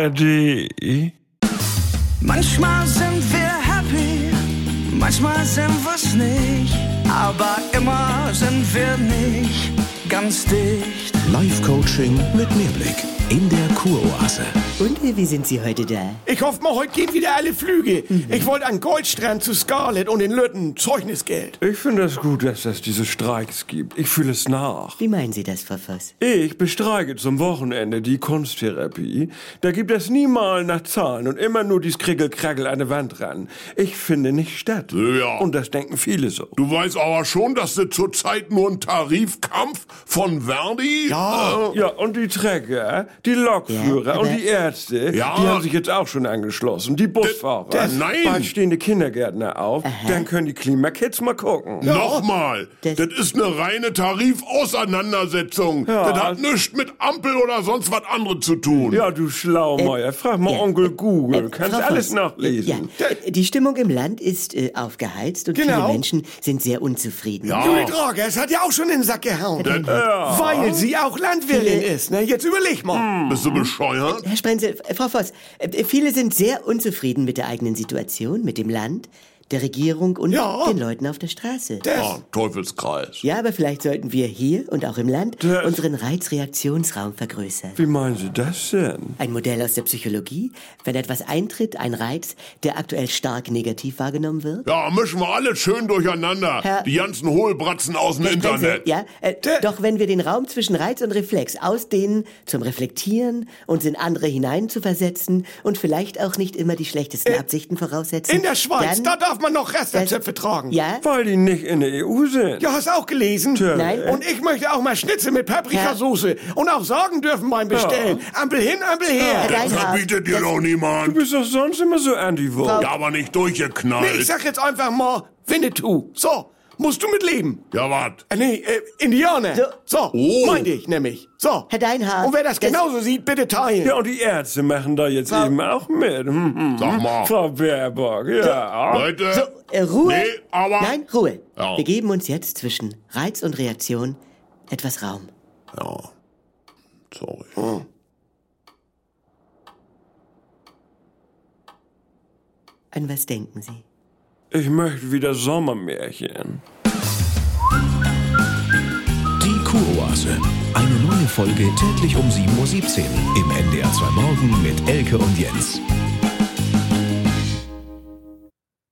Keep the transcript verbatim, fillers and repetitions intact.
R D. Manchmal sind wir happy, manchmal sind wir's nicht, aber immer sind wir nicht ganz dicht. Live-Coaching mit Mehrblick in der Kuroase. Und wie sind Sie heute da? Ich hoffe mal, heute gehen wieder alle Flüge. Mhm. Ich wollte an Goldstrand zu Scarlett und in Lütten Zeugnisgeld. Ich finde es gut, dass es diese Streiks gibt. Ich fühle es nach. Wie meinen Sie das, Frau Voss? Ich bestreike zum Wochenende die Kunsttherapie. Da gibt es niemals nach Zahlen und immer nur dies Krickel-Krackel an der Wand ran. Ich finde nicht statt. Ja. Und das denken viele so. Du weißt aber schon, dass das zurzeit nur ein Tarifkampf von Verdi? Ja. Ja, und die Trecker, die Lokführer Ja, und die Ärzte, Ja. die haben sich jetzt auch schon angeschlossen. Die Busfahrer. Das- nein. Bald stehen die Kindergärtner auf. Dann können die Klimakids mal gucken. Nochmal, Das- das, ist eine reine Tarifauseinandersetzung. Ja. Das hat nichts mit Ampel oder sonst was anderes zu tun. Ja, du Schlaumeier, frag mal ja, Onkel äh, Google. äh, Kannst Frau alles Voss, nachlesen. Ja, äh, die Stimmung im Land ist äh, aufgeheizt und Genau. viele Menschen sind sehr unzufrieden. Ja. Juli Drager, es hat ja auch schon in den Sack gehauen. Ja. Weil sie auch Landwirtin Viele- ist. Ne? Jetzt überleg mal. Bist du bescheuert? Herr Sprenzel, äh, Frau Voss, äh, viele sind sehr unzufrieden mit der eigenen Situation, mit dem Land, der Regierung und Ja. den Leuten auf der Straße. Das, Ah, Teufelskreis. Ja, aber vielleicht sollten wir hier und auch im Land Das- unseren Reizreaktionsraum vergrößern. Wie meinen Sie das denn? Ein Modell aus der Psychologie, wenn etwas eintritt, ein Reiz, der aktuell stark negativ wahrgenommen wird. Ja, mischen wir alles schön durcheinander. Herr- Die ganzen Hohlbratzen aus dem Herr Sprenzel, Internet. Ja, äh, doch wenn wir den Raum zwischen Reiz und Reflex ausdehnen, zum Reflektieren, uns in andere hineinzuversetzen und vielleicht auch nicht immer die schlechtesten Absichten voraussetzen. in der Schweiz, dann, da darf man noch Restzöpfe tragen. Ja? Weil die nicht in der E U sind. Ja, hast auch gelesen? Nein. Und ich möchte auch mal Schnitzel mit Paprikasauce und auch sagen dürfen beim Bestellen. Ampel hin, Ampel her. Ja. Das Reinhard, verbietet dir das- doch Du niemand. bist doch sonst immer so anti-vote. Ja, aber nicht Nee, durchgeknallt. ich sag jetzt einfach mal Winnetou. So, musst du mit leben. Ja, wat? Äh, nee, äh, Indianer. So. So, Oh. meinte ich nämlich. So. Herr Deinhardt, Und wer das das- genauso sieht, bitte teilen. Ja, und die Ärzte machen da jetzt Frau- eben auch mit. Hm, hm. Sag mal. Frau Baerbock, ja. Leute, So, äh, Ruhe. Nee, aber- Nein, Ruhe. Ja. Wir geben uns jetzt zwischen Reiz und Reaktion etwas Raum. ja, sorry. An was denken Sie? Ich möchte wieder Sommermärchen. Die Kuroase. Eine neue Folge täglich um sieben Uhr siebzehn im N D R zwei Morgen mit Elke und Jens.